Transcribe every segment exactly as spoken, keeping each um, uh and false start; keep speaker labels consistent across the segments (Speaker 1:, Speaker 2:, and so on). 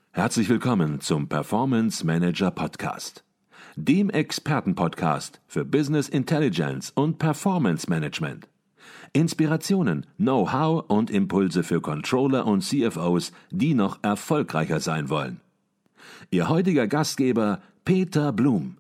Speaker 1: Herzlich willkommen zum Performance Manager Podcast, dem Expertenpodcast für Business Intelligence und Performance Management. Inspirationen, Know-how und Impulse für Controller und C F Os, die noch erfolgreicher sein wollen. Ihr heutiger Gastgeber Peter Blum.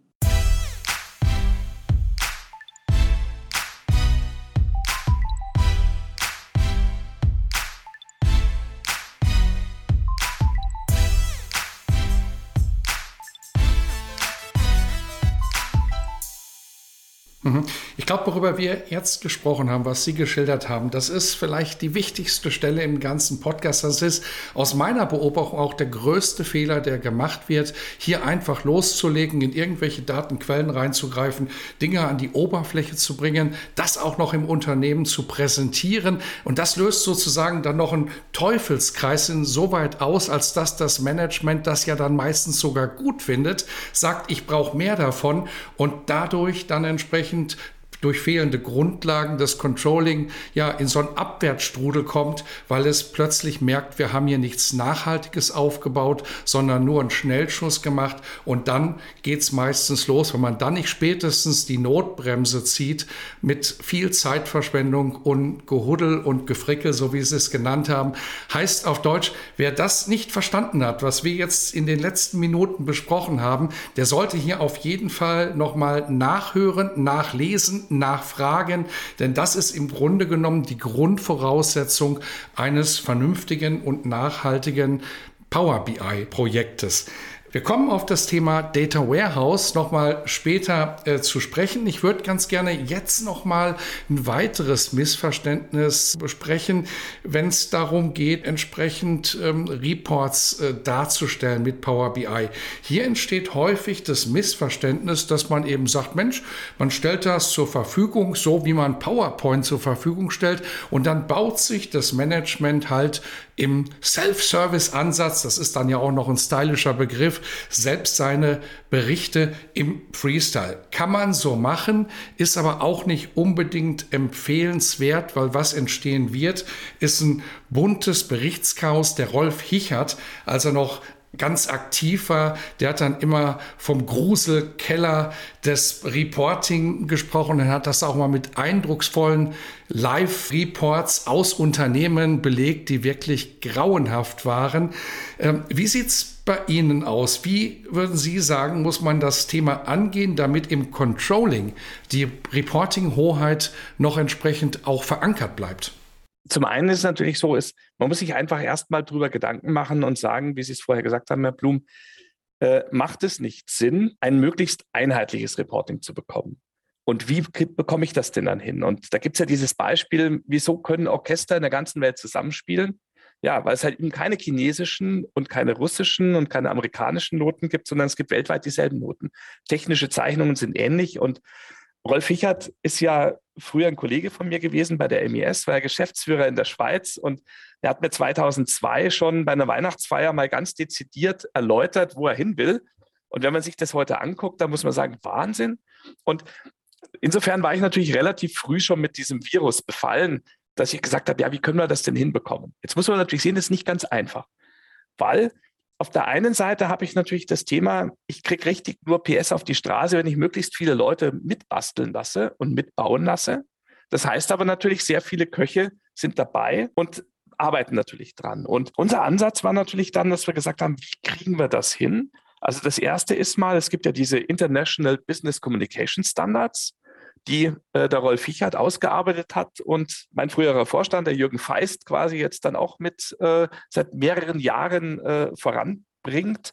Speaker 2: Ich glaube, worüber wir jetzt gesprochen haben, was Sie geschildert haben, das ist vielleicht die wichtigste Stelle im ganzen Podcast. Das ist aus meiner Beobachtung auch der größte Fehler, der gemacht wird, hier einfach loszulegen, in irgendwelche Datenquellen reinzugreifen, Dinge an die Oberfläche zu bringen, das auch noch im Unternehmen zu präsentieren. Und das löst sozusagen dann noch einen Teufelskreis insoweit aus, als dass das Management das ja dann meistens sogar gut findet, sagt, ich brauche mehr davon und dadurch dann entsprechend durch fehlende Grundlagen das Controlling ja in so einen Abwärtsstrudel kommt, weil es plötzlich merkt, wir haben hier nichts Nachhaltiges aufgebaut, sondern nur einen Schnellschuss gemacht und dann geht es meistens los, wenn man dann nicht spätestens die Notbremse zieht mit viel Zeitverschwendung und Gehuddel und Gefrickel, so wie Sie es genannt haben, heißt auf Deutsch, wer das nicht verstanden hat, was wir jetzt in den letzten Minuten besprochen haben, der sollte hier auf jeden Fall nochmal nachhören, nachlesen, nachfragen, denn das ist im Grunde genommen die Grundvoraussetzung eines vernünftigen und nachhaltigen Power B I-Projektes. Wir kommen auf das Thema Data Warehouse nochmal später äh, zu sprechen. Ich würde ganz gerne jetzt nochmal ein weiteres Missverständnis besprechen, wenn es darum geht, entsprechend ähm, Reports äh, darzustellen mit Power B I. Hier entsteht häufig das Missverständnis, dass man eben sagt, Mensch, man stellt das zur Verfügung, so wie man PowerPoint zur Verfügung stellt und dann baut sich das Management halt im Self-Service-Ansatz, das ist dann ja auch noch ein stylischer Begriff, selbst seine Berichte im Freestyle. Kann man so machen, ist aber auch nicht unbedingt empfehlenswert, weil was entstehen wird, ist ein buntes Berichtschaos. Der Rolf Hichert, als er noch ganz aktiv war, der hat dann immer vom Gruselkeller des Reporting gesprochen und hat das auch mal mit eindrucksvollen Live-Reports aus Unternehmen belegt, die wirklich grauenhaft waren. Ähm, wie sieht's bei Ihnen aus? Wie würden Sie sagen, muss man das Thema angehen, damit im Controlling die Reporting-Hoheit noch entsprechend auch verankert bleibt?
Speaker 3: Zum einen ist es natürlich so, ist, man muss sich einfach erstmal drüber Gedanken machen und sagen, wie Sie es vorher gesagt haben, Herr Blum, äh, macht es nicht Sinn, ein möglichst einheitliches Reporting zu bekommen? Und wie bekomme ich das denn dann hin? Und da gibt es ja dieses Beispiel, wieso können Orchester in der ganzen Welt zusammenspielen? Ja, weil es halt eben keine chinesischen und keine russischen und keine amerikanischen Noten gibt, sondern es gibt weltweit dieselben Noten. Technische Zeichnungen sind ähnlich und Rolf Hichert ist ja früher ein Kollege von mir gewesen bei der M I S, war er Geschäftsführer in der Schweiz und er hat mir zweitausendzwei schon bei einer Weihnachtsfeier mal ganz dezidiert erläutert, wo er hin will. Und wenn man sich das heute anguckt, dann muss man sagen, Wahnsinn. Und insofern war ich natürlich relativ früh schon mit diesem Virus befallen, dass ich gesagt habe, ja, wie können wir das denn hinbekommen? Jetzt muss man natürlich sehen, das ist nicht ganz einfach, weil auf der einen Seite habe ich natürlich das Thema, ich kriege richtig nur P S auf die Straße, wenn ich möglichst viele Leute mitbasteln lasse und mitbauen lasse. Das heißt aber natürlich, sehr viele Köche sind dabei und arbeiten natürlich dran. Und unser Ansatz war natürlich dann, dass wir gesagt haben, wie kriegen wir das hin? Also das erste ist mal, es gibt ja diese International Business Communication Standards, die äh, der Rolf Hichert ausgearbeitet hat und mein früherer Vorstand, der Jürgen Feist, quasi jetzt dann auch mit äh, seit mehreren Jahren äh, voranbringt.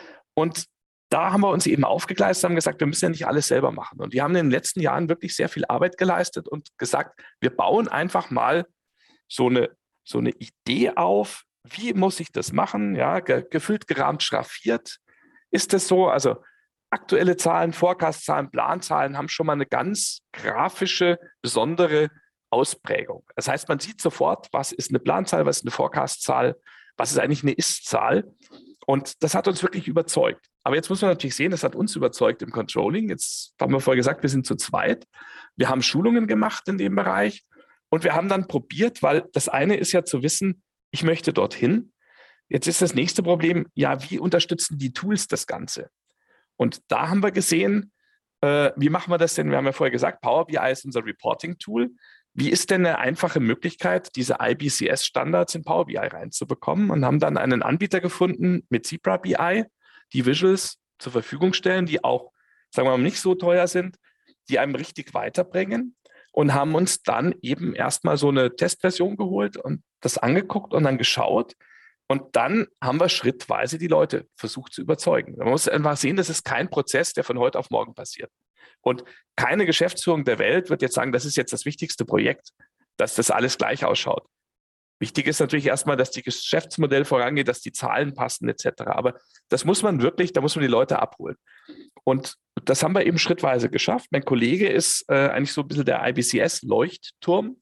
Speaker 3: Und da haben wir uns eben aufgegleist und haben gesagt, wir müssen ja nicht alles selber machen. Und die haben in den letzten Jahren wirklich sehr viel Arbeit geleistet und gesagt, wir bauen einfach mal so eine, so eine Idee auf, wie muss ich das machen, ja, ge- gefüllt, gerahmt, schraffiert. Ist das so? Also aktuelle Zahlen, Forecast-Zahlen, Planzahlen haben schon mal eine ganz grafische, besondere Ausprägung. Das heißt, man sieht sofort, was ist eine Planzahl, was ist eine Forecast-Zahl, was ist eigentlich eine Ist-Zahl. Und das hat uns wirklich überzeugt. Aber jetzt muss man natürlich sehen, das hat uns überzeugt im Controlling. Jetzt haben wir vorher gesagt, wir sind zu zweit. Wir haben Schulungen gemacht in dem Bereich und wir haben dann probiert, weil das eine ist ja zu wissen, ich möchte dorthin. Jetzt ist das nächste Problem, ja, wie unterstützen die Tools das Ganze? Und da haben wir gesehen, äh, wie machen wir das denn? Wir haben ja vorher gesagt, Power B I ist unser Reporting-Tool. Wie ist denn eine einfache Möglichkeit, diese I B C S-Standards in Power B I reinzubekommen? Und haben dann einen Anbieter gefunden mit Zebra B I, die Visuals zur Verfügung stellen, die auch, sagen wir mal, nicht so teuer sind, die einem richtig weiterbringen, und haben uns dann eben erstmal so eine Testversion geholt und das angeguckt und dann geschaut. Und dann haben wir schrittweise die Leute versucht zu überzeugen. Man muss einfach sehen, das ist kein Prozess, der von heute auf morgen passiert. Und keine Geschäftsführung der Welt wird jetzt sagen, das ist jetzt das wichtigste Projekt, dass das alles gleich ausschaut. Wichtig ist natürlich erstmal, dass die Geschäftsmodell vorangeht, dass die Zahlen passen et cetera. Aber das muss man wirklich, da muss man die Leute abholen. Und das haben wir eben schrittweise geschafft. Mein Kollege ist äh, eigentlich so ein bisschen der I B C S-Leuchtturm.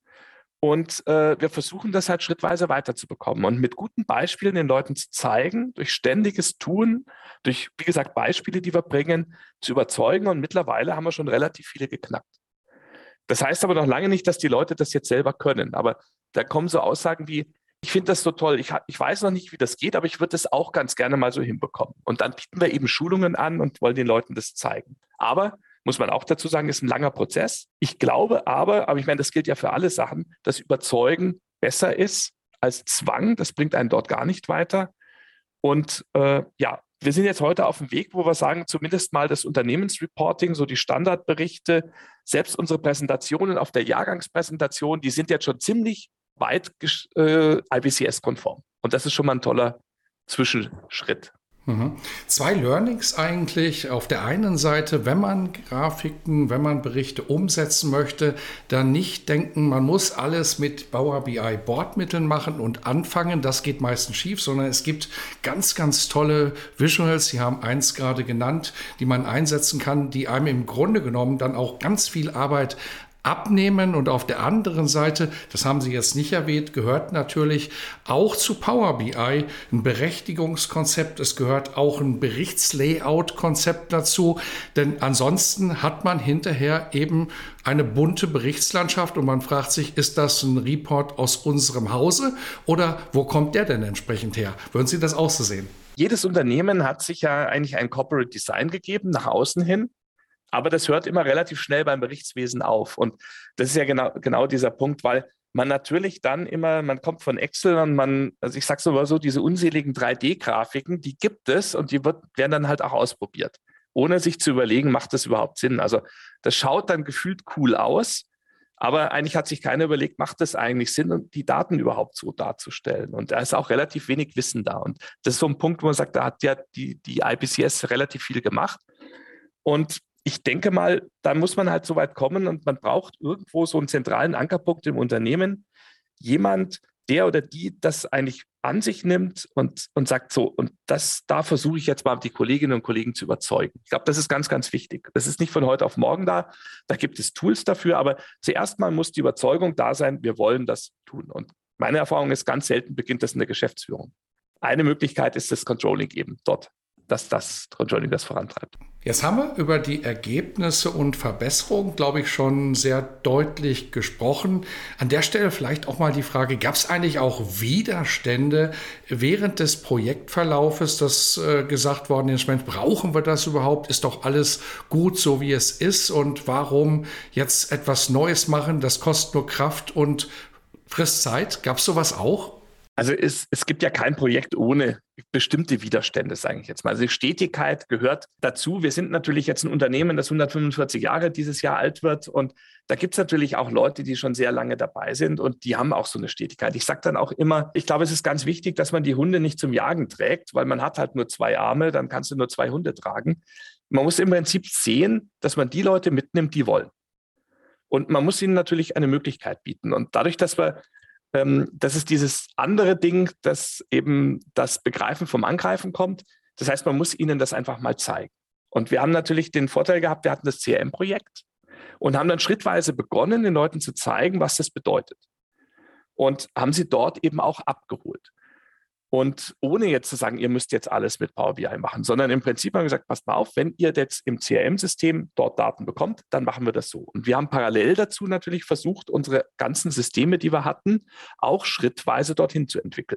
Speaker 3: Und äh, wir versuchen das halt schrittweise weiterzubekommen und mit guten Beispielen den Leuten zu zeigen, durch ständiges Tun, durch, wie gesagt, Beispiele, die wir bringen, zu überzeugen. Und mittlerweile haben wir schon relativ viele geknackt. Das heißt aber noch lange nicht, dass die Leute das jetzt selber können. Aber da kommen so Aussagen wie, ich finde das so toll, ich, ich weiß noch nicht, wie das geht, aber ich würde das auch ganz gerne mal so hinbekommen. Und dann bieten wir eben Schulungen an und wollen den Leuten das zeigen. Aber muss man auch dazu sagen, ist ein langer Prozess. Ich glaube aber, aber ich meine, das gilt ja für alle Sachen, dass Überzeugen besser ist als Zwang. Das bringt einen dort gar nicht weiter. Und äh, ja, wir sind jetzt heute auf dem Weg, wo wir sagen, zumindest mal das Unternehmensreporting, so die Standardberichte, selbst unsere Präsentationen auf der Jahrgangspräsentation, die sind jetzt schon ziemlich weit äh, I B C S-konform. Und das ist schon mal ein toller Zwischenschritt.
Speaker 2: Mhm. Zwei Learnings eigentlich. Auf der einen Seite, wenn man Grafiken, wenn man Berichte umsetzen möchte, dann nicht denken, man muss alles mit Power B I Bordmitteln machen und anfangen. Das geht meistens schief, sondern es gibt ganz, ganz tolle Visuals. Sie haben eins gerade genannt, die man einsetzen kann, die einem im Grunde genommen dann auch ganz viel Arbeit abnehmen. Und auf der anderen Seite, das haben Sie jetzt nicht erwähnt, gehört natürlich auch zu Power B I ein Berechtigungskonzept. Es gehört auch ein Berichtslayout-Konzept dazu, denn ansonsten hat man hinterher eben eine bunte Berichtslandschaft und man fragt sich, ist das ein Report aus unserem Hause oder wo kommt der denn entsprechend her? Würden Sie das auch so sehen?
Speaker 3: Jedes Unternehmen hat sich ja eigentlich ein Corporate Design gegeben, nach außen hin. Aber das hört immer relativ schnell beim Berichtswesen auf. Und das ist ja genau, genau dieser Punkt, weil man natürlich dann immer, man kommt von Excel und man, also ich sage es mal so, diese unseligen drei D-Grafiken, die gibt es und die wird, werden dann halt auch ausprobiert, ohne sich zu überlegen, macht das überhaupt Sinn? Also das schaut dann gefühlt cool aus, aber eigentlich hat sich keiner überlegt, macht das eigentlich Sinn, die Daten überhaupt so darzustellen? Und da ist auch relativ wenig Wissen da. Und das ist so ein Punkt, wo man sagt, da hat ja die, die I B C S relativ viel gemacht. Und ich denke mal, da muss man halt so weit kommen und man braucht irgendwo so einen zentralen Ankerpunkt im Unternehmen. Jemand, der oder die das eigentlich an sich nimmt und, und sagt so, und das, da versuche ich jetzt mal die Kolleginnen und Kollegen zu überzeugen. Ich glaube, das ist ganz, ganz wichtig. Das ist nicht von heute auf morgen da. Da gibt es Tools dafür, aber zuerst mal muss die Überzeugung da sein, wir wollen das tun. Und meine Erfahrung ist, ganz selten beginnt das in der Geschäftsführung. Eine Möglichkeit ist das Controlling eben dort, dass das Controlling das vorantreibt.
Speaker 2: Jetzt haben wir über die Ergebnisse und Verbesserungen, glaube ich, schon sehr deutlich gesprochen. An der Stelle vielleicht auch mal die Frage, gab es eigentlich auch Widerstände während des Projektverlaufes, dass äh, gesagt worden ist, Mensch, brauchen wir das überhaupt? Ist doch alles gut, so wie es ist? Und warum jetzt etwas Neues machen? Das kostet nur Kraft und frisst Zeit. Gab es sowas auch?
Speaker 3: Also es, es gibt ja kein Projekt ohne bestimmte Widerstände, sage ich jetzt mal. Also Stetigkeit gehört dazu. Wir sind natürlich jetzt ein Unternehmen, das hundertfünfundvierzig Jahre dieses Jahr alt wird. Und da gibt es natürlich auch Leute, die schon sehr lange dabei sind und die haben auch so eine Stetigkeit. Ich sage dann auch immer, ich glaube, es ist ganz wichtig, dass man die Hunde nicht zum Jagen trägt, weil man hat halt nur zwei Arme, dann kannst du nur zwei Hunde tragen. Man muss im Prinzip sehen, dass man die Leute mitnimmt, die wollen. Und man muss ihnen natürlich eine Möglichkeit bieten. Und dadurch, dass wir das ist dieses andere Ding, dass eben das Begreifen vom Angreifen kommt. Das heißt, man muss ihnen das einfach mal zeigen. Und wir haben natürlich den Vorteil gehabt, wir hatten das C R M-Projekt und haben dann schrittweise begonnen, den Leuten zu zeigen, was das bedeutet. Und haben sie dort eben auch abgeholt. Und ohne jetzt zu sagen, ihr müsst jetzt alles mit Power B I machen, sondern im Prinzip haben wir gesagt, passt mal auf, wenn ihr jetzt im C R M-System dort Daten bekommt, dann machen wir das so. Und wir haben parallel dazu natürlich versucht, unsere ganzen Systeme, die wir hatten, auch schrittweise dorthin zu entwickeln.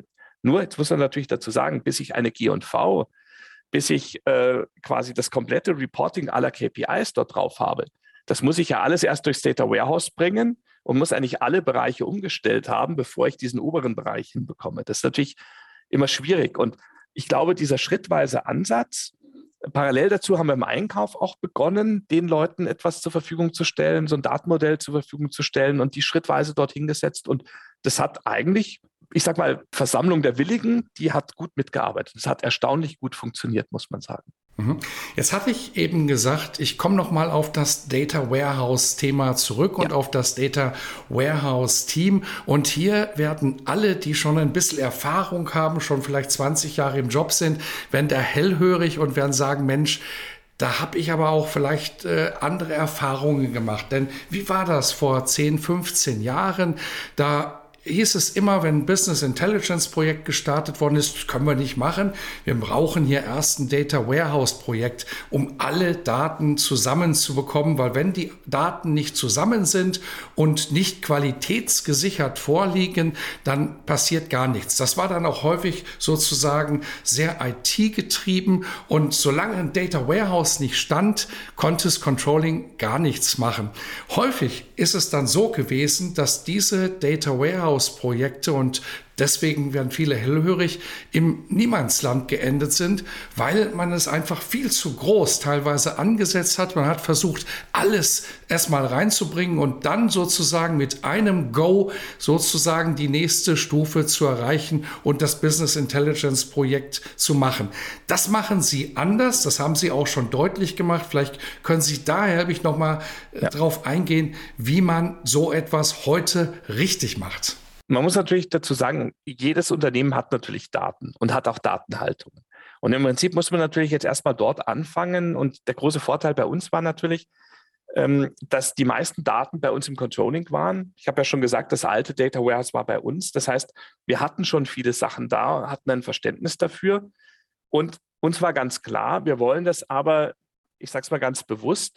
Speaker 3: Nur, jetzt muss man natürlich dazu sagen, bis ich eine G und V, bis ich äh, quasi das komplette Reporting aller K P Is dort drauf habe, das muss ich ja alles erst durchs Data Warehouse bringen und muss eigentlich alle Bereiche umgestellt haben, bevor ich diesen oberen Bereich hinbekomme. Das ist natürlich immer schwierig. Und ich glaube, dieser schrittweise Ansatz, parallel dazu haben wir im Einkauf auch begonnen, den Leuten etwas zur Verfügung zu stellen, so ein Datenmodell zur Verfügung zu stellen und die schrittweise dorthin gesetzt. Und das hat eigentlich, ich sag mal, Versammlung der Willigen, die hat gut mitgearbeitet. Das hat erstaunlich gut funktioniert, muss man sagen.
Speaker 2: Jetzt hatte ich eben gesagt, ich komme noch mal auf das Data Warehouse Thema zurück und ja. auf das Data Warehouse Team. Und hier werden alle, die schon ein bisschen Erfahrung haben, schon vielleicht zwanzig Jahre im Job sind, werden da hellhörig und werden sagen, Mensch, da habe ich aber auch vielleicht äh, andere Erfahrungen gemacht. Denn wie war das vor zehn, fünfzehn Jahren? Da hieß es immer, wenn ein Business Intelligence Projekt gestartet worden ist, können wir nicht machen. Wir brauchen hier erst ein Data Warehouse Projekt, um alle Daten zusammenzubekommen, weil wenn die Daten nicht zusammen sind und nicht qualitätsgesichert vorliegen, dann passiert gar nichts. Das war dann auch häufig sozusagen sehr I T-getrieben und solange ein Data Warehouse nicht stand, konnte das Controlling gar nichts machen. Häufig ist es dann so gewesen, dass diese Data Warehouse Projekte und deswegen werden viele hellhörig im Niemandsland geendet sind, weil man es einfach viel zu groß teilweise angesetzt hat. Man hat versucht, alles erstmal reinzubringen und dann sozusagen mit einem Go sozusagen die nächste Stufe zu erreichen und das Business Intelligence Projekt zu machen. Das machen Sie anders, das haben Sie auch schon deutlich gemacht. Vielleicht können Sie daher ich noch mal ja. drauf eingehen, wie man so etwas heute richtig macht.
Speaker 3: Man muss natürlich dazu sagen, jedes Unternehmen hat natürlich Daten und hat auch Datenhaltung. Und im Prinzip muss man natürlich jetzt erstmal dort anfangen. Und der große Vorteil bei uns war natürlich, dass die meisten Daten bei uns im Controlling waren. Ich habe ja schon gesagt, das alte Data Warehouse war bei uns. Das heißt, wir hatten schon viele Sachen da, hatten ein Verständnis dafür. Und uns war ganz klar, wir wollen das aber, ich sage es mal ganz bewusst,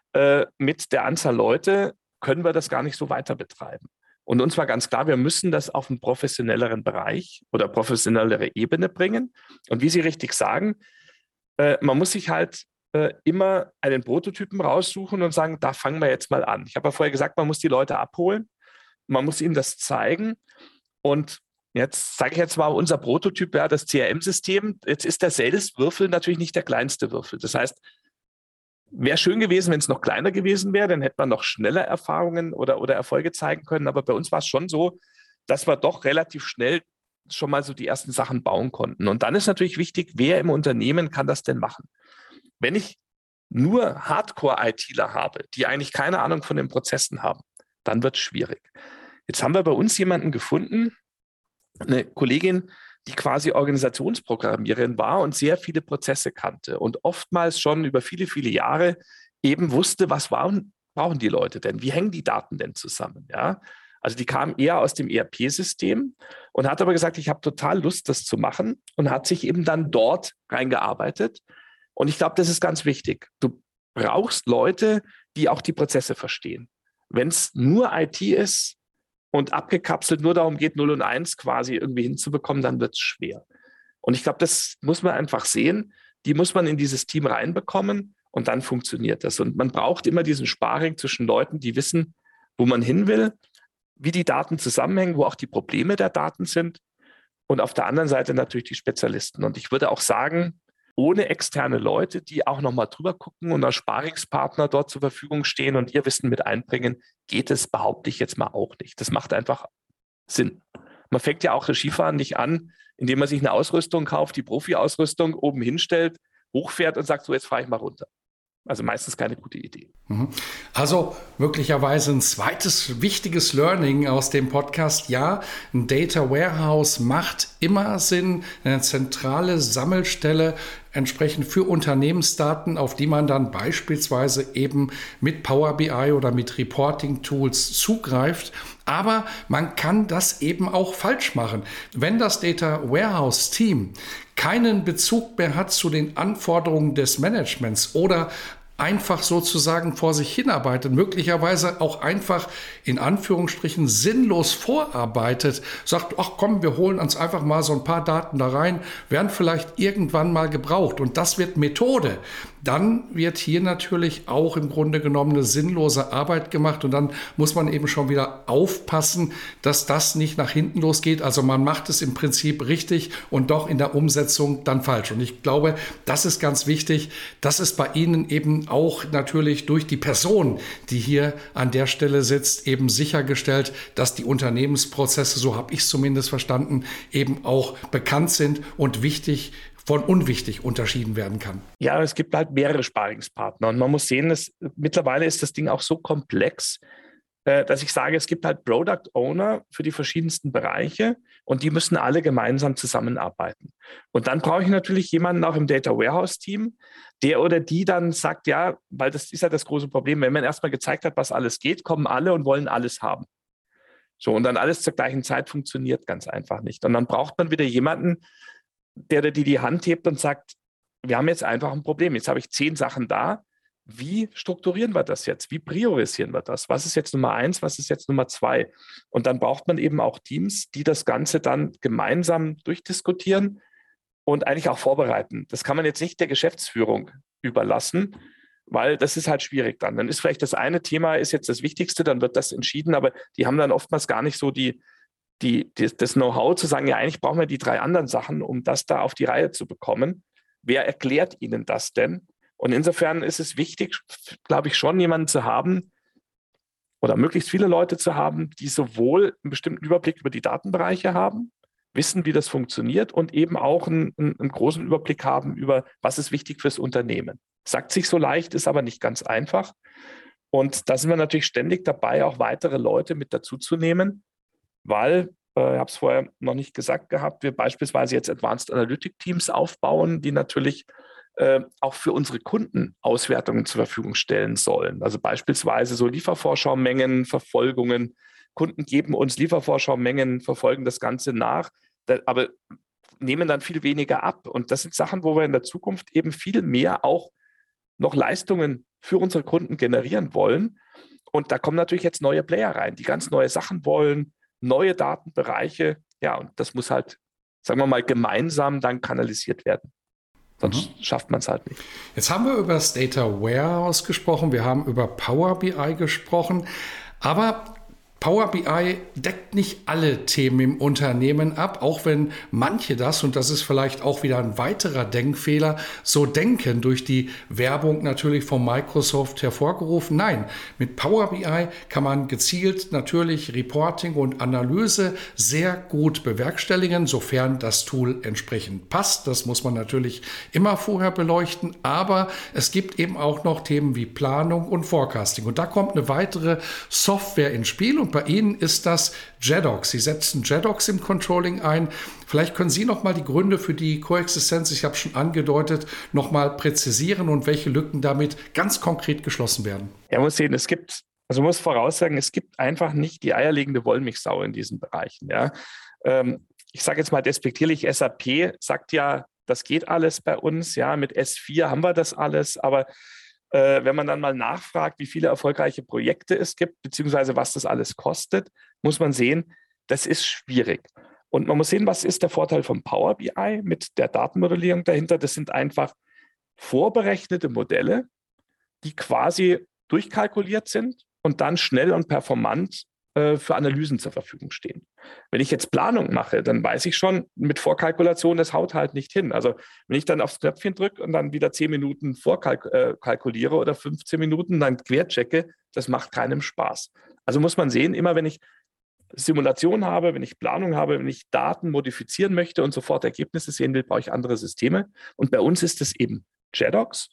Speaker 3: mit der Anzahl Leute können wir das gar nicht so weiter betreiben. Und uns war ganz klar, wir müssen das auf einen professionelleren Bereich oder professionellere Ebene bringen. Und wie Sie richtig sagen, äh, man muss sich halt äh, immer einen Prototypen raussuchen und sagen, da fangen wir jetzt mal an. Ich habe ja vorher gesagt, man muss die Leute abholen, man muss ihnen das zeigen. Und jetzt sage ich jetzt mal, unser Prototyp, ja, das C R M-System, jetzt ist der Sales-Würfel natürlich nicht der kleinste Würfel. Das heißt, wäre schön gewesen, wenn es noch kleiner gewesen wäre, dann hätte man noch schneller Erfahrungen oder, oder Erfolge zeigen können. Aber bei uns war es schon so, dass wir doch relativ schnell schon mal so die ersten Sachen bauen konnten. Und dann ist natürlich wichtig, wer im Unternehmen kann das denn machen? Wenn ich nur Hardcore-ITler habe, die eigentlich keine Ahnung von den Prozessen haben, dann wird es schwierig. Jetzt haben wir bei uns jemanden gefunden, eine Kollegin, die quasi Organisationsprogrammiererin war und sehr viele Prozesse kannte und oftmals schon über viele, viele Jahre eben wusste, was waren, brauchen die Leute denn? Wie hängen die Daten denn zusammen? Ja? Also die kam eher aus dem E R P-System und hat aber gesagt, ich habe total Lust, das zu machen und hat sich eben dann dort reingearbeitet. Und ich glaube, das ist ganz wichtig. Du brauchst Leute, die auch die Prozesse verstehen. Wenn es nur I T ist, und abgekapselt nur darum geht, null und eins quasi irgendwie hinzubekommen, dann wird es schwer. Und ich glaube, das muss man einfach sehen. Die muss man in dieses Team reinbekommen und dann funktioniert das. Und man braucht immer diesen Sparring zwischen Leuten, die wissen, wo man hin will, wie die Daten zusammenhängen, wo auch die Probleme der Daten sind. Und auf der anderen Seite natürlich die Spezialisten. Und ich würde auch sagen, ohne externe Leute, die auch nochmal drüber gucken und als Sparingspartner dort zur Verfügung stehen und ihr Wissen mit einbringen, geht es, behaupte ich jetzt mal auch nicht. Das macht einfach Sinn. Man fängt ja auch das Skifahren nicht an, indem man sich eine Ausrüstung kauft, die Profi-Ausrüstung oben hinstellt, hochfährt und sagt, so jetzt fahre ich mal runter. Also meistens keine gute Idee.
Speaker 2: Also möglicherweise ein zweites wichtiges Learning aus dem Podcast. Ja, ein Data Warehouse macht immer Sinn, eine zentrale Sammelstelle entsprechend für Unternehmensdaten, auf die man dann beispielsweise eben mit Power B I oder mit Reporting-Tools zugreift. Aber man kann das eben auch falsch machen. Wenn das Data Warehouse-Team keinen Bezug mehr hat zu den Anforderungen des Managements oder einfach sozusagen vor sich hinarbeitet, möglicherweise auch einfach in Anführungsstrichen sinnlos vorarbeitet, sagt, ach komm, wir holen uns einfach mal so ein paar Daten da rein, werden vielleicht irgendwann mal gebraucht und das wird Methode. Dann wird hier natürlich auch im Grunde genommen eine sinnlose Arbeit gemacht und dann muss man eben schon wieder aufpassen, dass das nicht nach hinten losgeht. Also man macht es im Prinzip richtig und doch in der Umsetzung dann falsch. Und ich glaube, das ist ganz wichtig. Das ist bei Ihnen eben auch natürlich durch die Person, die hier an der Stelle sitzt, eben sichergestellt, dass die Unternehmensprozesse, so habe ich es zumindest verstanden, eben auch bekannt sind und wichtig von unwichtig unterschieden werden kann.
Speaker 3: Ja, es gibt halt mehrere Sparingspartner und man muss sehen, dass mittlerweile ist das Ding auch so komplex, dass ich sage, es gibt halt Product Owner für die verschiedensten Bereiche und die müssen alle gemeinsam zusammenarbeiten. Und dann brauche ich natürlich jemanden auch im Data Warehouse Team, der oder die dann sagt, ja, weil das ist ja das große Problem, wenn man erstmal gezeigt hat, was alles geht, kommen alle und wollen alles haben. So, und dann alles zur gleichen Zeit funktioniert ganz einfach nicht. Und dann braucht man wieder jemanden, der oder die die Hand hebt und sagt, wir haben jetzt einfach ein Problem. Jetzt habe ich zehn Sachen da. Wie strukturieren wir das jetzt? Wie priorisieren wir das? Was ist jetzt Nummer eins? Was ist jetzt Nummer zwei? Und dann braucht man eben auch Teams, die das Ganze dann gemeinsam durchdiskutieren und eigentlich auch vorbereiten. Das kann man jetzt nicht der Geschäftsführung überlassen, weil das ist halt schwierig dann. Dann ist vielleicht das eine Thema ist jetzt das Wichtigste, dann wird das entschieden, aber die haben dann oftmals gar nicht so die Die, die, das Know-how zu sagen, ja, eigentlich brauchen wir die drei anderen Sachen, um das da auf die Reihe zu bekommen. Wer erklärt Ihnen das denn? Und insofern ist es wichtig, glaube ich, schon jemanden zu haben oder möglichst viele Leute zu haben, die sowohl einen bestimmten Überblick über die Datenbereiche haben, wissen, wie das funktioniert und eben auch einen, einen großen Überblick haben über, was ist wichtig fürs Unternehmen. Sagt sich so leicht, ist aber nicht ganz einfach. Und da sind wir natürlich ständig dabei, auch weitere Leute mit dazuzunehmen, weil, äh, ich habe es vorher noch nicht gesagt gehabt, wir beispielsweise jetzt Advanced Analytic Teams aufbauen, die natürlich äh, auch für unsere Kunden Auswertungen zur Verfügung stellen sollen. Also beispielsweise so Liefervorschaumengen, Verfolgungen. Kunden geben uns Liefervorschaumengen, verfolgen das Ganze nach, da, aber nehmen dann viel weniger ab. Und das sind Sachen, wo wir in der Zukunft eben viel mehr auch noch Leistungen für unsere Kunden generieren wollen. Und da kommen natürlich jetzt neue Player rein, die ganz neue Sachen wollen, neue Datenbereiche, ja, und das muss halt, sagen wir mal, gemeinsam dann kanalisiert werden. Sonst mhm. schafft man es halt nicht.
Speaker 2: Jetzt haben wir über das Data Warehouse gesprochen, wir haben über Power B I gesprochen, aber Power B I deckt nicht alle Themen im Unternehmen ab, auch wenn manche das, und das ist vielleicht auch wieder ein weiterer Denkfehler, so denken, durch die Werbung natürlich von Microsoft hervorgerufen. Nein, mit Power B I kann man gezielt natürlich Reporting und Analyse sehr gut bewerkstelligen, sofern das Tool entsprechend passt. Das muss man natürlich immer vorher beleuchten, aber es gibt eben auch noch Themen wie Planung und Forecasting. Und da kommt eine weitere Software ins Spiel und bei Ihnen ist das Jedox. Sie setzen Jedox im Controlling ein. Vielleicht können Sie noch mal die Gründe für die Koexistenz, ich habe schon angedeutet, noch mal präzisieren und welche Lücken damit ganz konkret geschlossen werden.
Speaker 3: Ja, man muss sehen, es gibt, also man muss voraussagen, es gibt einfach nicht die eierlegende Wollmilchsau in diesen Bereichen. Ja. Ähm, ich sage jetzt mal despektierlich, S A P sagt ja, das geht alles bei uns. Ja, mit S vier haben wir das alles, aber wenn man dann mal nachfragt, wie viele erfolgreiche Projekte es gibt, beziehungsweise was das alles kostet, muss man sehen, das ist schwierig. Und man muss sehen, was ist der Vorteil von Power B I mit der Datenmodellierung dahinter. Das sind einfach vorberechnete Modelle, die quasi durchkalkuliert sind und dann schnell und performant äh, für Analysen zur Verfügung stehen. Wenn ich jetzt Planung mache, dann weiß ich schon, mit Vorkalkulation, das haut halt nicht hin. Also wenn ich dann aufs Knöpfchen drücke und dann wieder zehn Minuten vorkalkuliere oder fünfzehn Minuten dann querchecke, das macht keinem Spaß. Also muss man sehen, immer wenn ich Simulation habe, wenn ich Planung habe, wenn ich Daten modifizieren möchte und sofort Ergebnisse sehen will, brauche ich andere Systeme. Und bei uns ist es eben Jedox.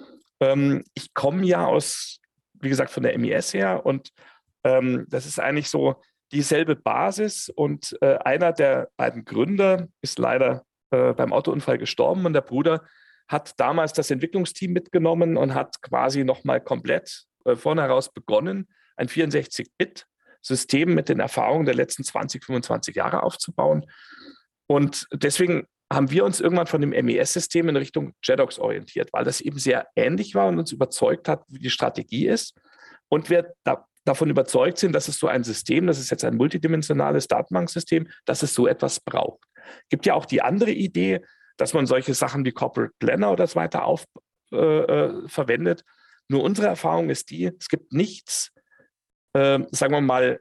Speaker 3: Ähm, ich komme ja aus, wie gesagt, von der M I S her und ähm, das ist eigentlich so dieselbe Basis. Und äh, einer der beiden Gründer ist leider äh, beim Autounfall gestorben und der Bruder hat damals das Entwicklungsteam mitgenommen und hat quasi nochmal komplett äh, vorne heraus begonnen, ein vierundsechzig-Bit-System mit den Erfahrungen der letzten zwanzig, fünfundzwanzig Jahre aufzubauen. Und deswegen haben wir uns irgendwann von dem M E S-System in Richtung Jedox orientiert, weil das eben sehr ähnlich war und uns überzeugt hat, wie die Strategie ist. Und wir da, davon überzeugt sind, dass es so ein System, das ist jetzt ein multidimensionales Datenbanksystem, dass es so etwas braucht. Es gibt ja auch die andere Idee, dass man solche Sachen wie Corporate Planner oder so weiter auf, äh, äh, verwendet. Nur unsere Erfahrung ist die, es gibt nichts, äh, sagen wir mal,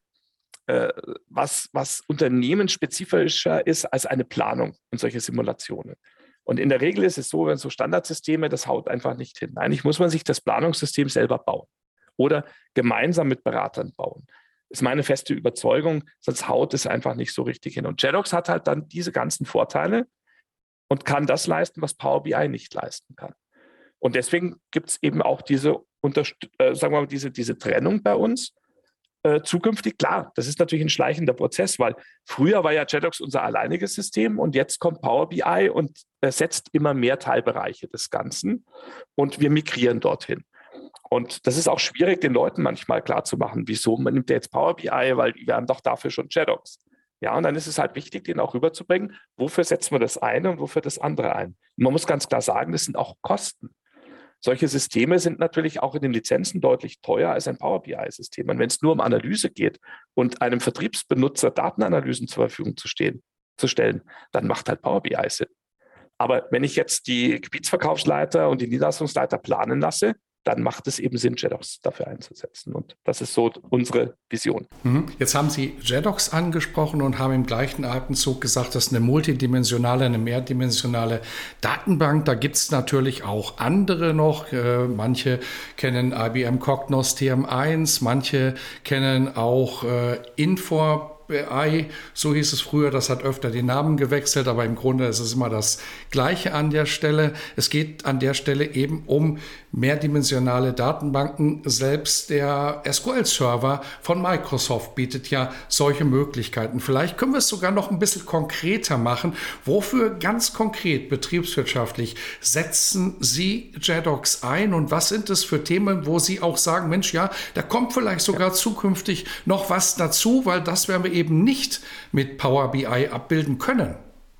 Speaker 3: Was, was unternehmensspezifischer ist als eine Planung und solche Simulationen. Und in der Regel ist es so, wenn so Standardsysteme, das haut einfach nicht hin. Eigentlich muss man sich das Planungssystem selber bauen oder gemeinsam mit Beratern bauen. Das ist meine feste Überzeugung, sonst haut es einfach nicht so richtig hin. Und Jedox hat halt dann diese ganzen Vorteile und kann das leisten, was Power B I nicht leisten kann. Und deswegen gibt es eben auch diese, Unterst- äh, sagen wir mal, diese, diese Trennung bei uns. Äh, zukünftig, klar, das ist natürlich ein schleichender Prozess, weil früher war ja Jedox unser alleiniges System und jetzt kommt Power B I und ersetzt immer mehr Teilbereiche des Ganzen und wir migrieren dorthin. Und das ist auch schwierig, den Leuten manchmal klarzumachen, wieso man nimmt ja jetzt Power B I, weil wir haben doch dafür schon Jedox. Ja, und dann ist es halt wichtig, den auch rüberzubringen, wofür setzen wir das eine und wofür das andere ein. Und man muss ganz klar sagen, das sind auch Kosten. Solche Systeme sind natürlich auch in den Lizenzen deutlich teuer als ein Power B I-System. Und wenn es nur um Analyse geht und einem Vertriebsbenutzer Datenanalysen zur Verfügung zu, stehen, zu stellen, dann macht halt Power B I Sinn. Aber wenn ich jetzt die Gebietsverkaufsleiter und die Niederlassungsleiter planen lasse, dann macht es eben Sinn, Jedox dafür einzusetzen. Und das ist so unsere Vision.
Speaker 2: Jetzt haben Sie Jedox angesprochen und haben im gleichen Atemzug gesagt, das ist eine multidimensionale, eine mehrdimensionale Datenbank. Da gibt es natürlich auch andere noch. Äh, manche kennen I B M Cognos T M eins, manche kennen auch äh, Infor B I, so hieß es früher, das hat öfter den Namen gewechselt, aber im Grunde ist es immer das Gleiche an der Stelle. Es geht an der Stelle eben um mehrdimensionale Datenbanken. Selbst der S Q L-Server von Microsoft bietet ja solche Möglichkeiten. Vielleicht können wir es sogar noch ein bisschen konkreter machen. Wofür ganz konkret betriebswirtschaftlich setzen Sie Jedox ein und was sind es für Themen, wo Sie auch sagen, Mensch, ja, da kommt vielleicht sogar zukünftig noch was dazu, weil das werden wir eben nicht mit Power B I abbilden können?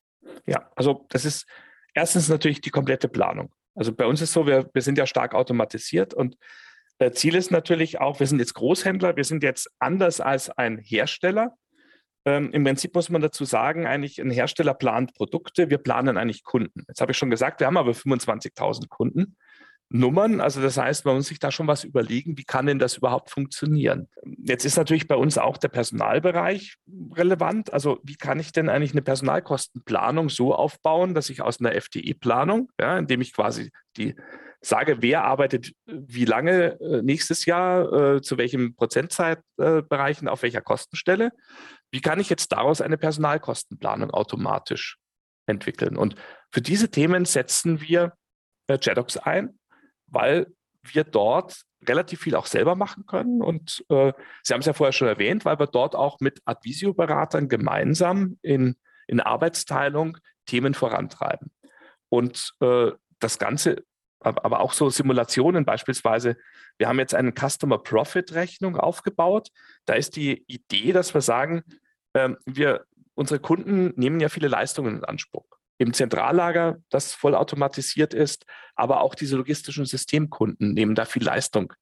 Speaker 3: Ja, also das ist erstens natürlich die komplette Planung. Also bei uns ist so, wir, wir sind ja stark automatisiert und äh, Ziel ist natürlich auch, wir sind jetzt Großhändler, wir sind jetzt anders als ein Hersteller. Ähm, Im Prinzip muss man dazu sagen, eigentlich ein Hersteller plant Produkte, wir planen eigentlich Kunden. Jetzt habe ich schon gesagt, wir haben aber fünfundzwanzigtausend Kunden. Nummern, also das heißt, man muss sich da schon was überlegen, wie kann denn das überhaupt funktionieren? Jetzt ist natürlich bei uns auch der Personalbereich relevant, also wie kann ich denn eigentlich eine Personalkostenplanung so aufbauen, dass ich aus einer F T E-Planung, ja, indem ich quasi die sage, wer arbeitet wie lange äh, nächstes Jahr, äh, zu welchen Prozentzeitbereichen, äh, auf welcher Kostenstelle, wie kann ich jetzt daraus eine Personalkostenplanung automatisch entwickeln? Und für diese Themen setzen wir äh, Jedox ein, weil wir dort relativ viel auch selber machen können. Und äh, Sie haben es ja vorher schon erwähnt, weil wir dort auch mit Advisio-Beratern gemeinsam in, in Arbeitsteilung Themen vorantreiben. Und äh, das Ganze, aber auch so Simulationen beispielsweise, wir haben jetzt eine Customer-Profit-Rechnung aufgebaut. Da ist die Idee, dass wir sagen, äh, wir, unsere Kunden nehmen ja viele Leistungen in Anspruch. Im Zentrallager, das vollautomatisiert ist, aber auch diese logistischen Systemkunden nehmen da viel Leistung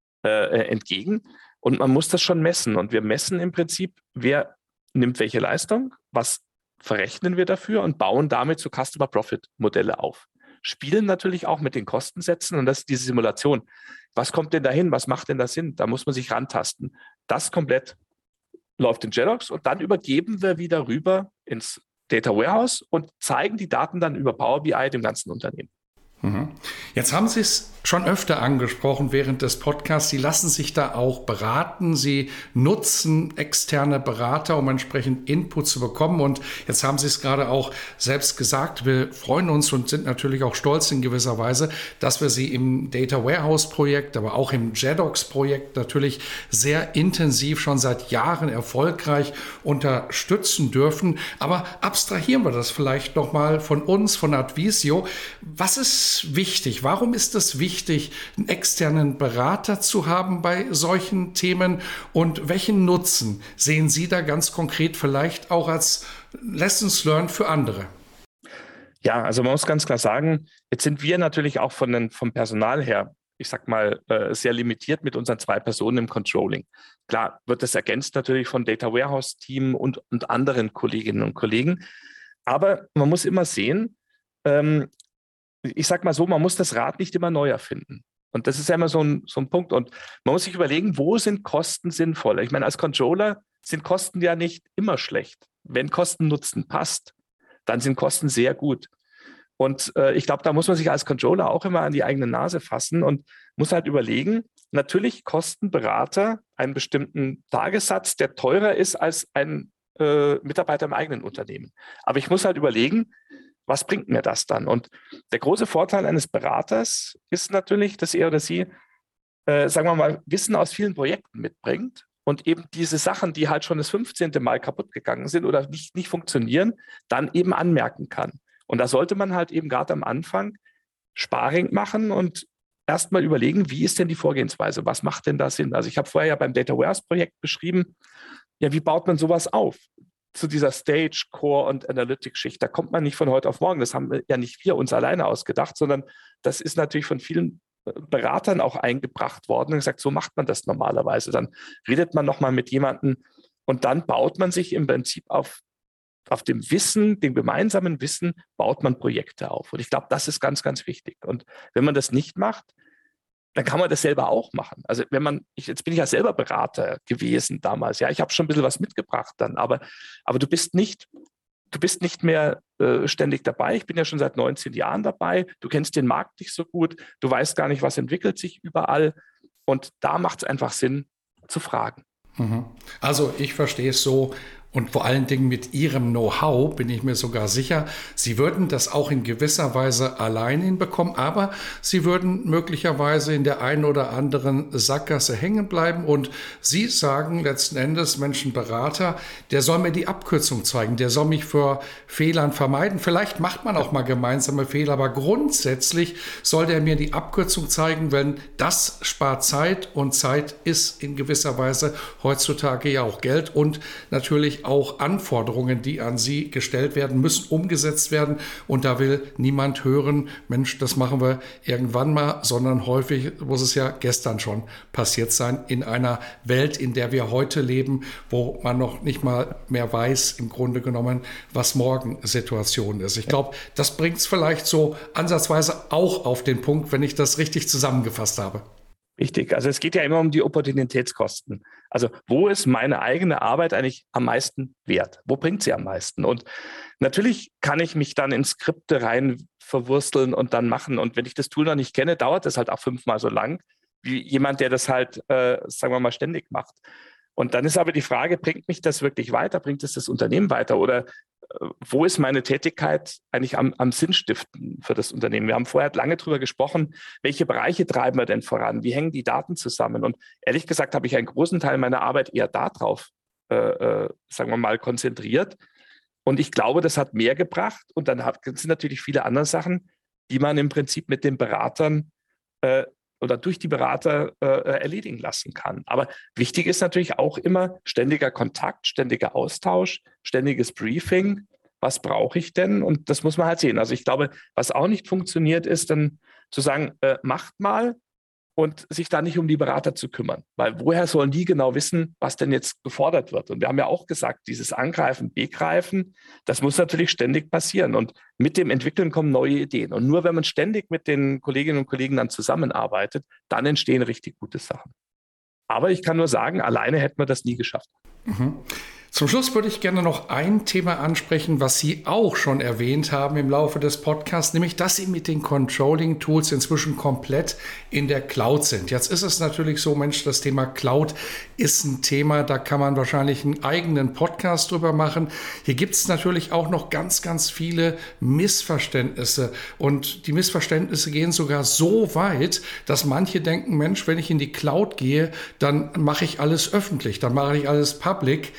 Speaker 3: äh, entgegen. Und man muss das schon messen. Und wir messen im Prinzip, wer nimmt welche Leistung, was verrechnen wir dafür und bauen damit so Customer-Profit-Modelle auf. Spielen natürlich auch mit den Kostensätzen und das ist diese Simulation. Was kommt denn dahin? Was macht denn das Sinn? Da muss man sich rantasten. Das komplett läuft in Jedox und dann übergeben wir wieder rüber ins Data Warehouse und zeigen die Daten dann über Power B I dem ganzen Unternehmen.
Speaker 2: Jetzt haben Sie es schon öfter angesprochen während des Podcasts. Sie lassen sich da auch beraten. Sie nutzen externe Berater, um entsprechend Input zu bekommen. Und jetzt haben Sie es gerade auch selbst gesagt. Wir freuen uns und sind natürlich auch stolz in gewisser Weise, dass wir Sie im Data Warehouse Projekt, aber auch im Jedox Projekt natürlich sehr intensiv schon seit Jahren erfolgreich unterstützen dürfen. Aber abstrahieren wir das vielleicht noch mal von uns, von Advisio. Was ist wichtig? Warum ist es wichtig, einen externen Berater zu haben bei solchen Themen? Und welchen Nutzen sehen Sie da ganz konkret vielleicht auch als Lessons learned für andere?
Speaker 3: Ja, also man muss ganz klar sagen, jetzt sind wir natürlich auch von den, vom Personal her, ich sag mal, äh, sehr limitiert mit unseren zwei Personen im Controlling. Klar wird das ergänzt natürlich von Data Warehouse Team und, und anderen Kolleginnen und Kollegen. Aber man muss immer sehen, ähm, ich sag mal so, man muss das Rad nicht immer neu erfinden. Und das ist ja immer so ein, so ein Punkt. Und man muss sich überlegen, wo sind Kosten sinnvoll? Ich meine, als Controller sind Kosten ja nicht immer schlecht. Wenn Kosten-Nutzen passt, dann sind Kosten sehr gut. Und äh, ich glaube, da muss man sich als Controller auch immer an die eigene Nase fassen und muss halt überlegen, natürlich kosten Berater einen bestimmten Tagessatz, der teurer ist als ein äh, Mitarbeiter im eigenen Unternehmen. Aber ich muss halt überlegen, was bringt mir das dann? Und der große Vorteil eines Beraters ist natürlich, dass er oder sie, äh, sagen wir mal, Wissen aus vielen Projekten mitbringt und eben diese Sachen, die halt schon das fünfzehnte Mal kaputt gegangen sind oder nicht, nicht funktionieren, dann eben anmerken kann. Und da sollte man halt eben gerade am Anfang Sparring machen und erstmal überlegen, wie ist denn die Vorgehensweise? Was macht denn da Sinn? Also ich habe vorher ja beim Data Warehouse Projekt beschrieben, ja, wie baut man sowas auf? Zu dieser Stage, Core und Analytics-Schicht, da kommt man nicht von heute auf morgen. Das haben ja nicht wir uns alleine ausgedacht, sondern das ist natürlich von vielen Beratern auch eingebracht worden und gesagt, so macht man das normalerweise. Dann redet man nochmal mit jemandem und dann baut man sich im Prinzip auf, auf dem Wissen, dem gemeinsamen Wissen, baut man Projekte auf. Und ich glaube, das ist ganz, ganz wichtig. Und wenn man das nicht macht, dann kann man das selber auch machen. Also wenn man, ich, jetzt bin ich ja selber Berater gewesen damals, ja, ich habe schon ein bisschen was mitgebracht dann, aber, aber du bist nicht, du bist nicht mehr äh, ständig dabei. Ich bin ja schon seit neunzehn Jahren dabei. Du kennst den Markt nicht so gut. Du weißt gar nicht, was entwickelt sich überall. Und da macht es einfach Sinn, zu fragen.
Speaker 2: Also ich verstehe es so. Und vor allen Dingen mit Ihrem Know-how bin ich mir sogar sicher, Sie würden das auch in gewisser Weise allein hinbekommen, aber Sie würden möglicherweise in der einen oder anderen Sackgasse hängen bleiben und Sie sagen letzten Endes, Menschenberater, der soll mir die Abkürzung zeigen, der soll mich vor Fehlern vermeiden. Vielleicht macht man auch mal gemeinsame Fehler, aber grundsätzlich soll der mir die Abkürzung zeigen, wenn das spart Zeit und Zeit ist in gewisser Weise heutzutage ja auch Geld und natürlich auch Anforderungen, die an Sie gestellt werden, müssen umgesetzt werden. Und da will niemand hören, Mensch, das machen wir irgendwann mal, sondern häufig muss es ja gestern schon passiert sein in einer Welt, in der wir heute leben, wo man noch nicht mal mehr weiß, im Grunde genommen, was morgen Situation ist. Ich glaube, das bringt es vielleicht so ansatzweise auch auf den Punkt, wenn ich das richtig zusammengefasst habe.
Speaker 3: Richtig. Also es geht ja immer um die Opportunitätskosten. Also wo ist meine eigene Arbeit eigentlich am meisten wert? Wo bringt sie am meisten? Und natürlich kann ich mich dann in Skripte rein verwursteln und dann machen. Und wenn ich das Tool noch nicht kenne, dauert das halt auch fünfmal so lang, wie jemand, der das halt, äh, sagen wir mal, ständig macht. Und dann ist aber die Frage, bringt mich das wirklich weiter? Bringt es das Unternehmen weiter? Oder äh, wo ist meine Tätigkeit eigentlich am, am Sinnstiften für das Unternehmen? Wir haben vorher lange darüber gesprochen, welche Bereiche treiben wir denn voran? Wie hängen die Daten zusammen? Und ehrlich gesagt habe ich einen großen Teil meiner Arbeit eher darauf, äh, äh, sagen wir mal, konzentriert. Und ich glaube, das hat mehr gebracht. Und dann hat, sind natürlich viele andere Sachen, die man im Prinzip mit den Beratern äh, oder durch die Berater äh, erledigen lassen kann. Aber wichtig ist natürlich auch immer ständiger Kontakt, ständiger Austausch, ständiges Briefing. Was brauche ich denn? Und das muss man halt sehen. Also ich glaube, was auch nicht funktioniert, ist dann zu sagen, äh, macht mal und sich da nicht um die Berater zu kümmern. Weil woher sollen die genau wissen, was denn jetzt gefordert wird? Und wir haben ja auch gesagt, dieses Angreifen, Begreifen, das muss natürlich ständig passieren. Und mit dem Entwickeln kommen neue Ideen. Und nur wenn man ständig mit den Kolleginnen und Kollegen dann zusammenarbeitet, dann entstehen richtig gute Sachen. Aber ich kann nur sagen, alleine hätten wir das nie geschafft.
Speaker 2: Mhm. Zum Schluss würde ich gerne noch ein Thema ansprechen, was Sie auch schon erwähnt haben im Laufe des Podcasts, nämlich, dass Sie mit den Controlling-Tools inzwischen komplett in der Cloud sind. Jetzt ist es natürlich so, Mensch, das Thema Cloud ist ein Thema, da kann man wahrscheinlich einen eigenen Podcast drüber machen. Hier gibt es natürlich auch noch ganz, ganz viele Missverständnisse. Und die Missverständnisse gehen sogar so weit, dass manche denken, Mensch, wenn ich in die Cloud gehe, dann mache ich alles öffentlich, dann mache ich alles public.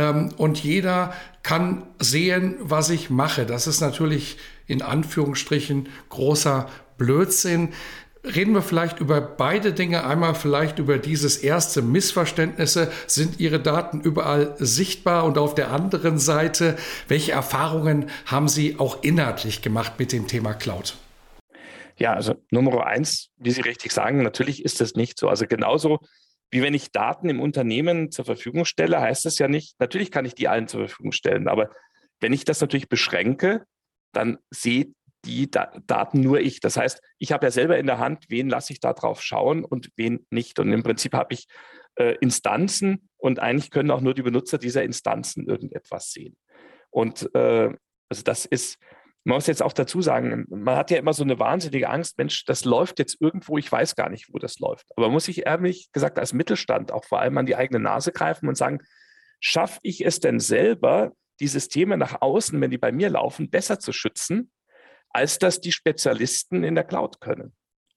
Speaker 2: Und jeder kann sehen, was ich mache. Das ist natürlich in Anführungsstrichen großer Blödsinn. Reden wir vielleicht über beide Dinge. Einmal vielleicht über dieses erste Missverständnisse. Sind Ihre Daten überall sichtbar? Und auf der anderen Seite, welche Erfahrungen haben Sie auch inhaltlich gemacht mit dem Thema Cloud?
Speaker 3: Ja, also Nummer eins, wie Sie richtig sagen, natürlich ist das nicht so. Also genauso wie wenn ich Daten im Unternehmen zur Verfügung stelle, heißt das ja nicht, natürlich kann ich die allen zur Verfügung stellen, aber wenn ich das natürlich beschränke, dann sehe die da- Daten nur ich. Das heißt, ich habe ja selber in der Hand, wen lasse ich da drauf schauen und wen nicht. Und im Prinzip habe ich äh, Instanzen und eigentlich können auch nur die Benutzer dieser Instanzen irgendetwas sehen. Und äh, also das ist, man muss jetzt auch dazu sagen, man hat ja immer so eine wahnsinnige Angst, Mensch, das läuft jetzt irgendwo, ich weiß gar nicht, wo das läuft. Aber man muss sich ehrlich gesagt als Mittelstand auch vor allem an die eigene Nase greifen und sagen, schaffe ich es denn selber, die Systeme nach außen, wenn die bei mir laufen, besser zu schützen, als das die Spezialisten in der Cloud können.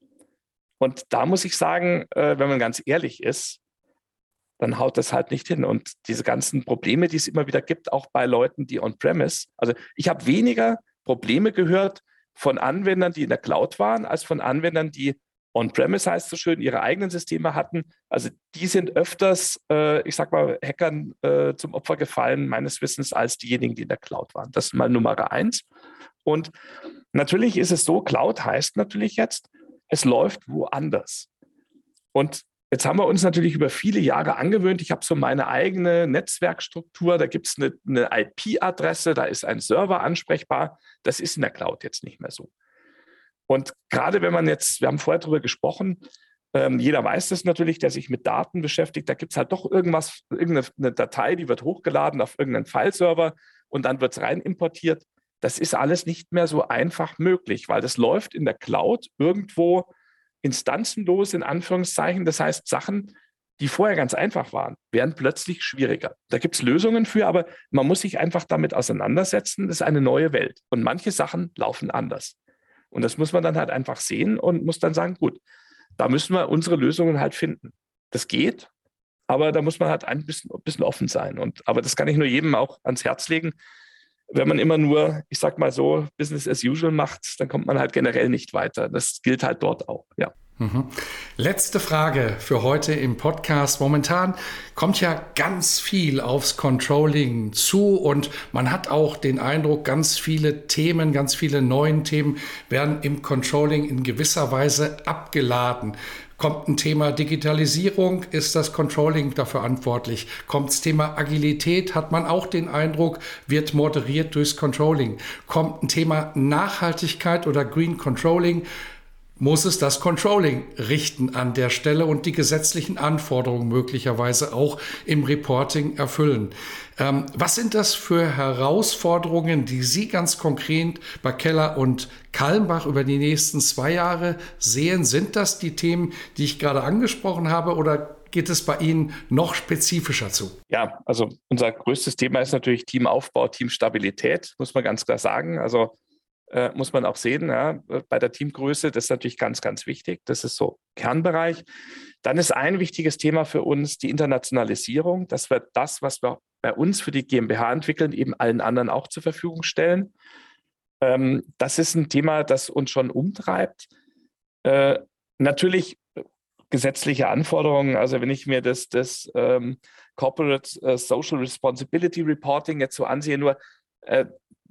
Speaker 3: Und da muss ich sagen, äh, wenn man ganz ehrlich ist, dann haut das halt nicht hin. Und diese ganzen Probleme, die es immer wieder gibt, auch bei Leuten, die on-premise, also ich habe weniger Probleme gehört von Anwendern, die in der Cloud waren, als von Anwendern, die on-premise, heißt so schön, ihre eigenen Systeme hatten. Also die sind öfters, äh, ich sag mal, Hackern äh, zum Opfer gefallen, meines Wissens, als diejenigen, die in der Cloud waren. Das ist mal Nummer eins. Und natürlich ist es so, Cloud heißt natürlich jetzt, es läuft woanders. Und jetzt haben wir uns natürlich über viele Jahre angewöhnt, ich habe so meine eigene Netzwerkstruktur, da gibt es eine, eine I P-Adresse, da ist ein Server ansprechbar. Das ist in der Cloud jetzt nicht mehr so. Und gerade wenn man jetzt, wir haben vorher darüber gesprochen, ähm, jeder weiß das natürlich, der sich mit Daten beschäftigt, da gibt es halt doch irgendwas, irgendeine Datei, die wird hochgeladen auf irgendeinen File-Server und dann wird es rein importiert. Das ist alles nicht mehr so einfach möglich, weil das läuft in der Cloud irgendwo instanzenlos, in Anführungszeichen. Das heißt, Sachen, die vorher ganz einfach waren, werden plötzlich schwieriger. Da gibt es Lösungen für, aber man muss sich einfach damit auseinandersetzen. Das ist eine neue Welt. Und manche Sachen laufen anders. Und das muss man dann halt einfach sehen und muss dann sagen, gut, da müssen wir unsere Lösungen halt finden. Das geht, aber da muss man halt ein bisschen, ein bisschen offen sein. Und, aber das kann ich nur jedem auch ans Herz legen. Wenn man immer nur, ich sag mal so, Business as usual macht, dann kommt man halt generell nicht weiter. Das gilt halt dort auch, ja.
Speaker 2: Mhm. Letzte Frage für heute im Podcast. Momentan kommt ja ganz viel aufs Controlling zu und man hat auch den Eindruck, ganz viele Themen, ganz viele neuen Themen werden im Controlling in gewisser Weise abgeladen. Kommt ein Thema Digitalisierung, ist das Controlling dafür verantwortlich. Kommt das Thema Agilität, hat man auch den Eindruck, wird moderiert durchs Controlling. Kommt ein Thema Nachhaltigkeit oder Green Controlling, muss es das Controlling richten an der Stelle und die gesetzlichen Anforderungen möglicherweise auch im Reporting erfüllen. Ähm, was sind das für Herausforderungen, die Sie ganz konkret bei Keller und Kalmbach über die nächsten zwei Jahre sehen? Sind das die Themen, die ich gerade angesprochen habe, oder geht es bei Ihnen noch spezifischer zu?
Speaker 3: Ja, also unser größtes Thema ist natürlich Teamaufbau, Teamstabilität, muss man ganz klar sagen. Also Äh, muss man auch sehen, ja, bei der Teamgröße, das ist natürlich ganz, ganz wichtig. Das ist so Kernbereich. Dann ist ein wichtiges Thema für uns die Internationalisierung, dass wir das, was wir bei uns für die GmbH entwickeln, eben allen anderen auch zur Verfügung stellen. Ähm, das ist ein Thema, das uns schon umtreibt. Äh, natürlich gesetzliche Anforderungen, also wenn ich mir das, das ähm, Corporate äh, Social Responsibility Reporting jetzt so ansehe, nur äh,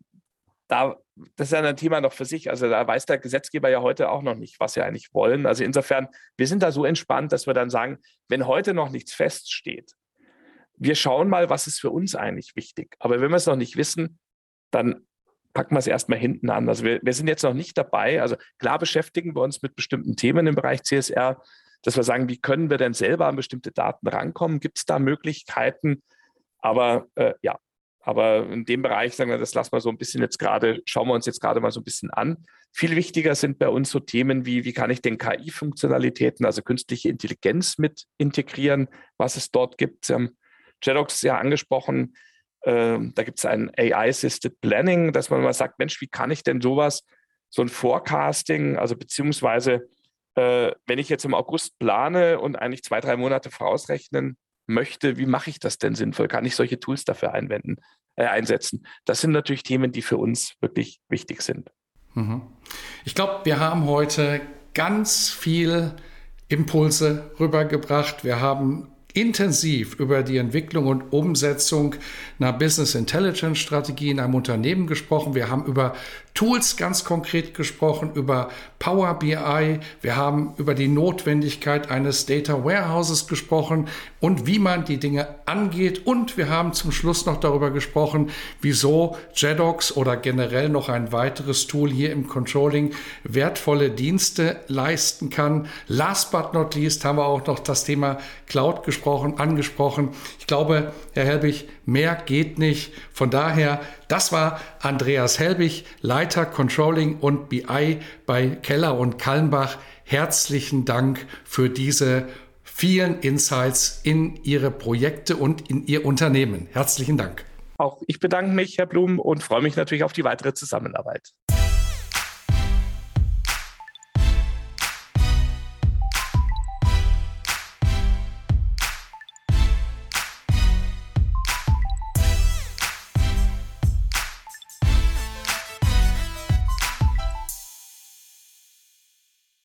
Speaker 3: Da, das ist ja ein Thema noch für sich. Also da weiß der Gesetzgeber ja heute auch noch nicht, was sie eigentlich wollen. Also insofern, wir sind da so entspannt, dass wir dann sagen, wenn heute noch nichts feststeht, wir schauen mal, was ist für uns eigentlich wichtig. Aber wenn wir es noch nicht wissen, dann packen wir es erstmal hinten an. Also wir, wir sind jetzt noch nicht dabei. Also klar beschäftigen wir uns mit bestimmten Themen im Bereich C S R, dass wir sagen, wie können wir denn selber an bestimmte Daten rankommen? Gibt es da Möglichkeiten? Aber äh, ja, Aber in dem Bereich sagen wir, das lassen wir so ein bisschen jetzt gerade, schauen wir uns jetzt gerade mal so ein bisschen an. Viel wichtiger sind bei uns so Themen wie, wie kann ich denn K I-Funktionalitäten, also künstliche Intelligenz mit integrieren, was es dort gibt. Sie haben Jedox ja angesprochen, äh, da gibt es ein A I-Assisted Planning, dass man mal sagt, Mensch, wie kann ich denn sowas, so ein Forecasting, also beziehungsweise, äh, wenn ich jetzt im August plane und eigentlich zwei, drei Monate vorausrechnen möchte, wie mache ich das denn sinnvoll? Kann ich solche Tools dafür einwenden, äh, einsetzen? Das sind natürlich Themen, die für uns wirklich wichtig sind.
Speaker 2: Ich glaube, wir haben heute ganz viel Impulse rübergebracht. Wir haben intensiv über die Entwicklung und Umsetzung einer Business Intelligence Strategie in einem Unternehmen gesprochen. Wir haben über Tools ganz konkret gesprochen, über Power B I. Wir haben über die Notwendigkeit eines Data Warehouses gesprochen und wie man die Dinge angeht. Und wir haben zum Schluss noch darüber gesprochen, wieso Jedox oder generell noch ein weiteres Tool hier im Controlling wertvolle Dienste leisten kann. Last but not least haben wir auch noch das Thema Cloud gesprochen, angesprochen. Ich glaube, Herr Helbig, mehr geht nicht. Von daher, das war Andreas Helbig, Leiter Controlling und B I bei Keller und Kalmbach. Herzlichen Dank für diese vielen Insights in Ihre Projekte und in Ihr Unternehmen. Herzlichen Dank.
Speaker 3: Auch ich bedanke mich, Herr Blum, und freue mich natürlich auf die weitere Zusammenarbeit.